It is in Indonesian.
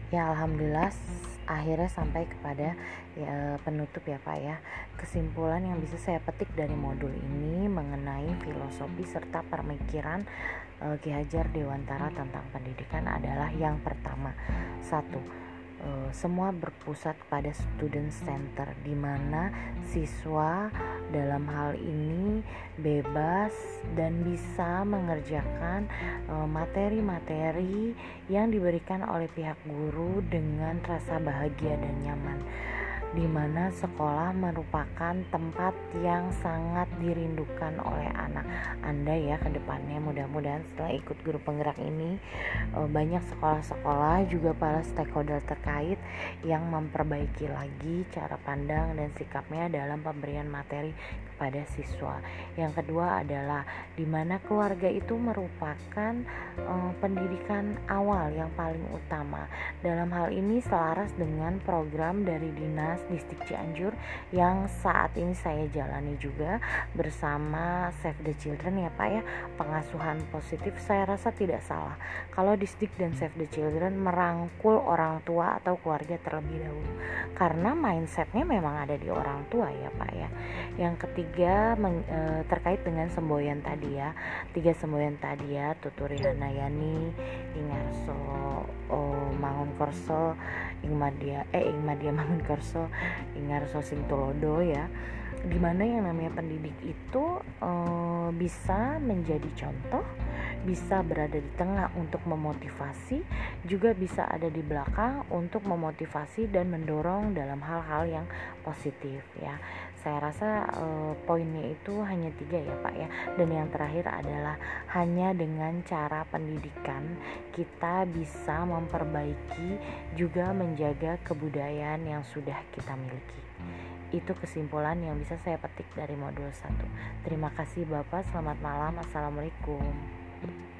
Ya alhamdulillah akhirnya sampai kepada penutup ya Pak ya. Kesimpulan yang bisa saya petik dari modul ini mengenai filosofi serta pemikiran Ki Hajar Dewantara tentang pendidikan adalah yang pertama, satu, semua berpusat pada student center, di mana siswa dalam hal ini bebas dan bisa mengerjakan materi-materi yang diberikan oleh pihak guru dengan rasa bahagia dan nyaman, di mana sekolah merupakan tempat yang sangat dirindukan oleh anak Anda ya ke depannya. Mudah-mudahan setelah ikut guru penggerak ini banyak sekolah-sekolah juga para stakeholder terkait yang memperbaiki lagi cara pandang dan sikapnya dalam pemberian materi kepada siswa. Yang kedua adalah di mana keluarga itu merupakan pendidikan awal yang paling utama. Dalam hal ini selaras dengan program dari Dinas Distrik Cianjur yang saat ini saya jalani juga bersama Save the Children ya Pak ya. Pengasuhan positif saya rasa tidak salah kalau Distrik dan Save the Children merangkul orang tua atau keluarga terlebih dahulu, karena mindsetnya memang ada di orang tua ya Pak ya. Yang ketiga terkait dengan semboyan tadi ya, 3 semboyan tadi ya, Tuturi Hanayani, Ingarso Mangunkorso, Ingmadia Mangunkorso, Ingarso Singtulodo ya, dimana yang namanya pendidik itu bisa menjadi contoh, bisa berada di tengah untuk memotivasi, juga bisa ada di belakang untuk memotivasi dan mendorong dalam hal-hal yang positif ya. Saya rasa poinnya itu hanya 3 ya Pak ya. Dan yang terakhir adalah hanya dengan cara pendidikan kita bisa memperbaiki juga menjaga kebudayaan yang sudah kita miliki. Itu kesimpulan yang bisa saya petik dari modul 1. Terima kasih Bapak, selamat malam. Assalamualaikum.